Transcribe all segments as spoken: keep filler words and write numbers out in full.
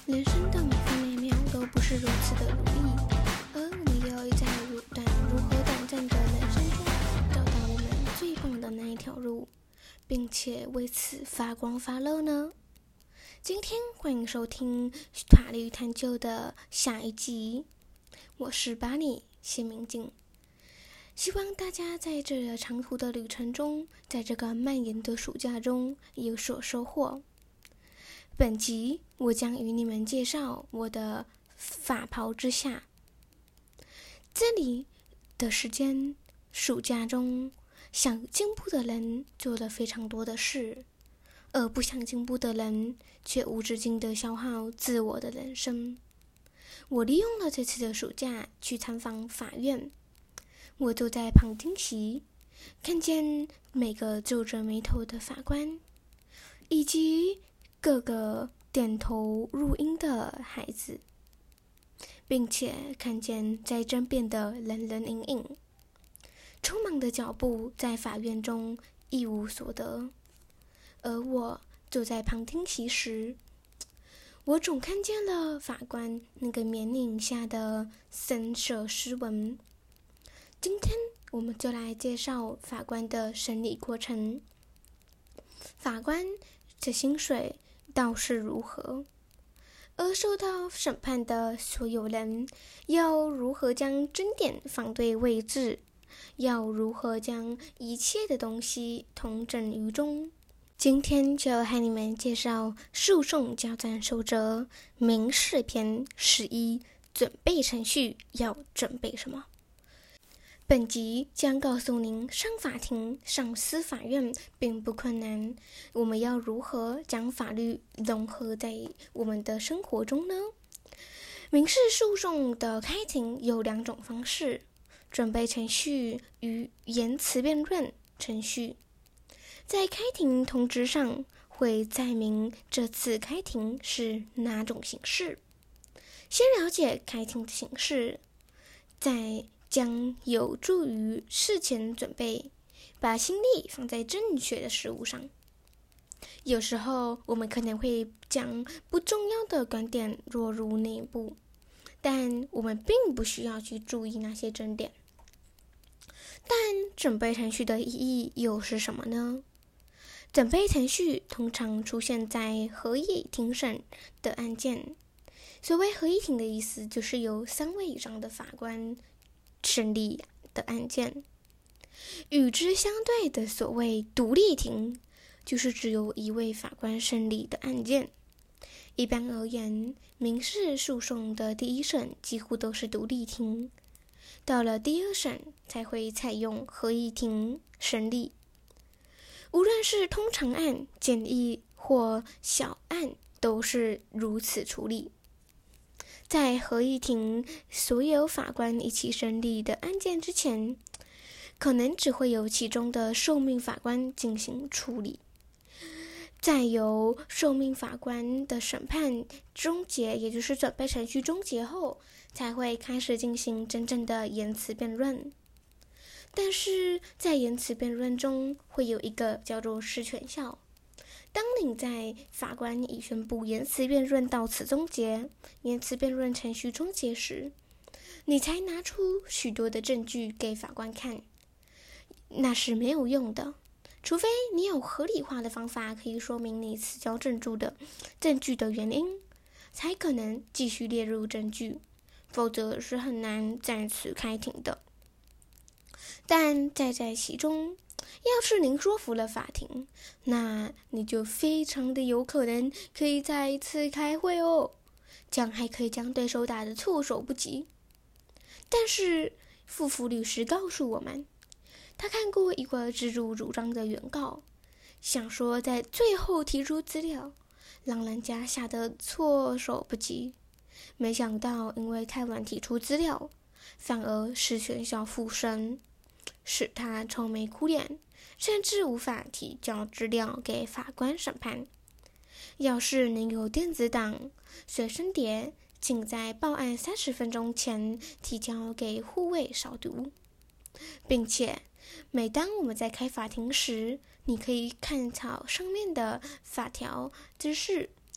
人生的每分每秒都不是如此的如意，而我们要在如短如何短暂的人生中找到我们最棒的那一条路，并且为此发光发热呢？今天欢迎收听法律探究的下一集，我是巴尼谢明静。希望大家在这个长途的旅程中，在这个蔓延的暑假中有所收获。本集我将与你们介绍我的法袍之下。这里的时间，暑假中想进步的人做了非常多的事，而不想进步的人却无止境地消耗自我的人生。我利用了这次的暑假去参访法院，我坐在旁听席，看见每个皱着眉头的法官，以及各个点头入音的孩子，并且看见在争辩的人人影影。匆忙的脚步在法院中一无所得，而我坐在旁听席时，我总看见了法官那个绵影下的深色斯文。今天我们就来介绍法官的审理过程，法官的薪水倒是如何，而受到审判的所有人要如何将争点放对位置，要如何将一切的东西统整于中。今天就和你们介绍诉讼交战守则民事篇十一，准备程序要准备什么。本集将告诉您，上法庭、上司法院并不困难，我们要如何将法律融合在我们的生活中呢？民事诉讼的开庭有两种方式，准备程序与言辞辩论程序。在开庭通知上会载明这次开庭是哪种形式。先了解开庭的形式，再将有助于事前准备，把心力放在正确的事物上。有时候我们可能会将不重要的观点落入内部，但我们并不需要去注意那些争点。但准备程序的意义又是什么呢？准备程序通常出现在合议庭审的案件。所谓合议庭的意思，就是由三位以上的法官审理的案件。与之相对的所谓独立庭，就是只有一位法官审理的案件。一般而言，民事诉讼的第一审几乎都是独立庭，到了第二审才会采用合议庭审理。无论是通常案、简易或小案，都是如此处理。在合议庭所有法官一起审理的案件之前，可能只会由其中的受命法官进行处理，再由受命法官的审判终结，也就是准备程序终结后，才会开始进行真正的言辞辩论。但是在言辞辩论中会有一个叫做失权效。当你在法官已宣布言辞辩论到此终结，言辞辩论程序终结时，你才拿出许多的证据给法官看，那是没有用的。除非你有合理化的方法可以说明你此交证据的证据的原因，才可能继续列入证据，否则是很难再次开庭的。但在在其中，要是您说服了法庭，那你就非常的有可能可以再一次开会哦，这样还可以将对手打得措手不及。但是傅福律师告诉我们，他看过一个自主主张的原告，想说在最后提出资料，让人家吓得措手不及，没想到因为太晚提出资料，反而失权效附身，使他愁眉苦脸，甚至无法提交资料给法官审判。要是您有电子档、随身碟，请在报案三十分钟前提交给护卫扫读。并且每当我们在开法庭时，你可以看草上面的法条知识，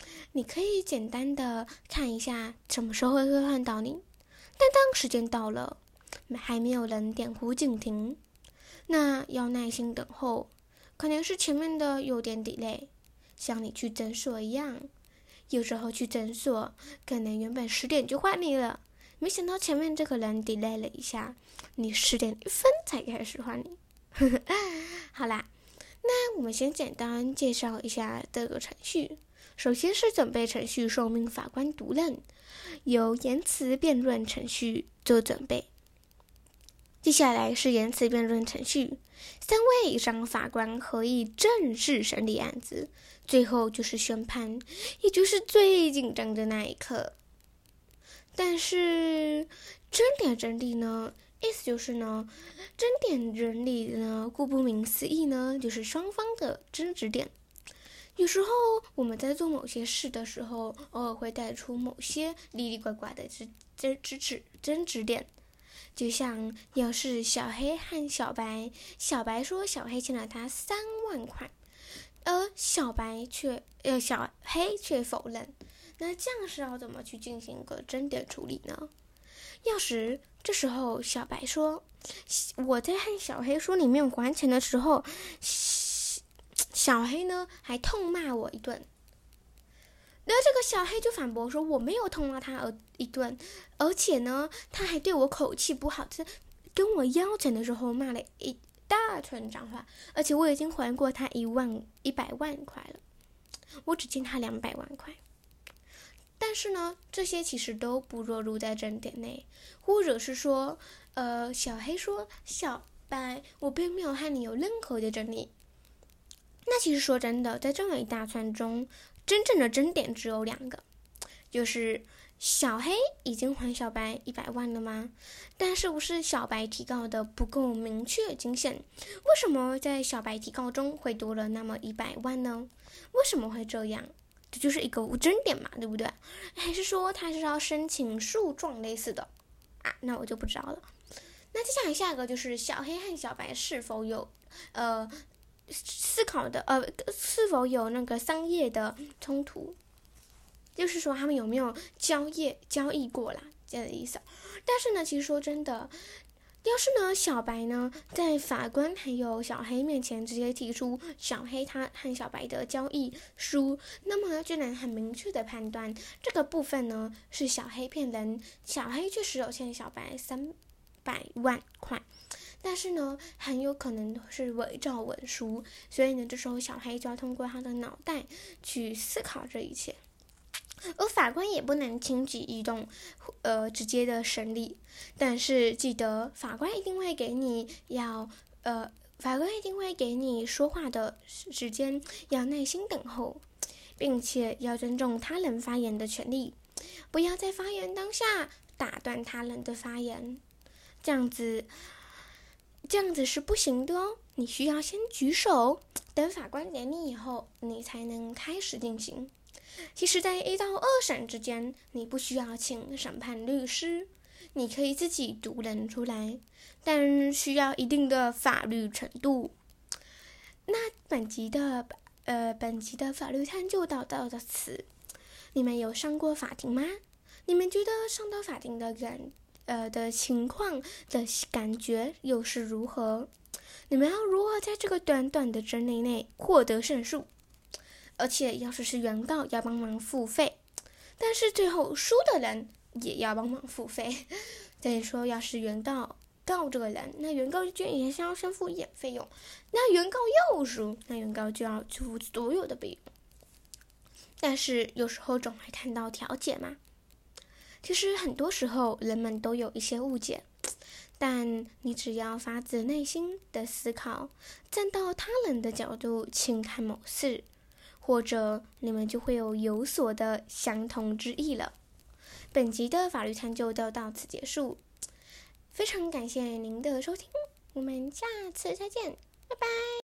你可以简单的看一下什么时候会换到你，但当时间到了，还没有人点呼警停，那要耐心等候，可能是前面的有点 delay， 像你去诊所一样，有时候去诊所可能原本十点就换你了，没想到前面这个人 delay 了一下，你十点一分才开始换你。好啦，那我们先简单介绍一下这个程序。首先是准备程序受命法官读认，由言词辩论程序做准备。接下来是言词辩论程序，三位以上法官合议正式审理案子，最后就是宣判，也就是最紧张的那一刻。但是争点整理呢，意思就是呢，争点整理呢，顾不明思义呢，就是双方的争执点。有时候我们在做某些事的时候，偶尔会带出某些哩哩呱呱的争执争执点。就像要是小黑和小白，小白说小黑欠了他三万块，而小白却呃小黑却否认，那这样是要怎么去进行一个争点处理呢？要是这时候小白说，我在和小黑说你没有还钱的时候，小黑呢还痛骂我一顿，那这个小黑就反驳说我没有痛骂他一顿，而且呢他还对我口气不好，跟我要钱的时候骂了一大串脏话，而且我已经还过他一万一百万块了，我只欠他两百万块。但是呢，这些其实都不落入在争点内，或者是说，呃，小黑说小白，我并没有和你有任何的争议。那其实说真的，在这么一大串中，真正的争点只有两个，就是小黑已经还小白一百万了吗？但是不是小白提告的不够明确金线？为什么在小白提告中会多了那么一百万呢？为什么会这样？这就是一个争点嘛，对不对？还是说他是要申请诉状类似的啊？那我就不知道了。那接下来下一个就是小黑和小白是否有呃思考的呃是否有那个商业的冲突，就是说他们有没有交易交易过啦，这样的意思。但是呢，其实说真的，要是呢小白呢在法官还有小黑面前直接提出小黑他和小白的交易书，那么就能很明确的判断这个部分呢是小黑骗人，小黑确实有欠小白三百万块。但是呢，很有可能是伪造文书，所以呢，这时候小黑就要通过他的脑袋去思考这一切，而法官也不能轻举移动，呃，直接的审理。但是记得，法官一定会给你要，呃，法官一定会给你说话的时间，要耐心等候，并且要尊重他人发言的权利，不要在发言当下打断他人的发言，这样子。这样子是不行的哦，你需要先举手，等法官点你以后，你才能开始进行。其实在一到二审之间，你不需要请审判律师，你可以自己读人出来，但需要一定的法律程度。那本集的呃本集的法律探究到到此，你们有上过法庭吗？你们觉得上到法庭的感呃的情况的感觉又是如何？你们要如何在这个短短的争议内获得胜诉？而且要是是原告要帮忙付费，但是最后输的人也要帮忙付费。等于说，要是原告告这个人，那原告就也是要先付演费用，那原告又输，那原告就要付所有的费用。但是有时候总会看到调解嘛。其实很多时候人们都有一些误解，但你只要发自内心的思考，站到他人的角度轻看某事，或者你们就会有有所的相同之意了。本集的法律探究就到此结束，非常感谢您的收听，我们下次再见，拜拜。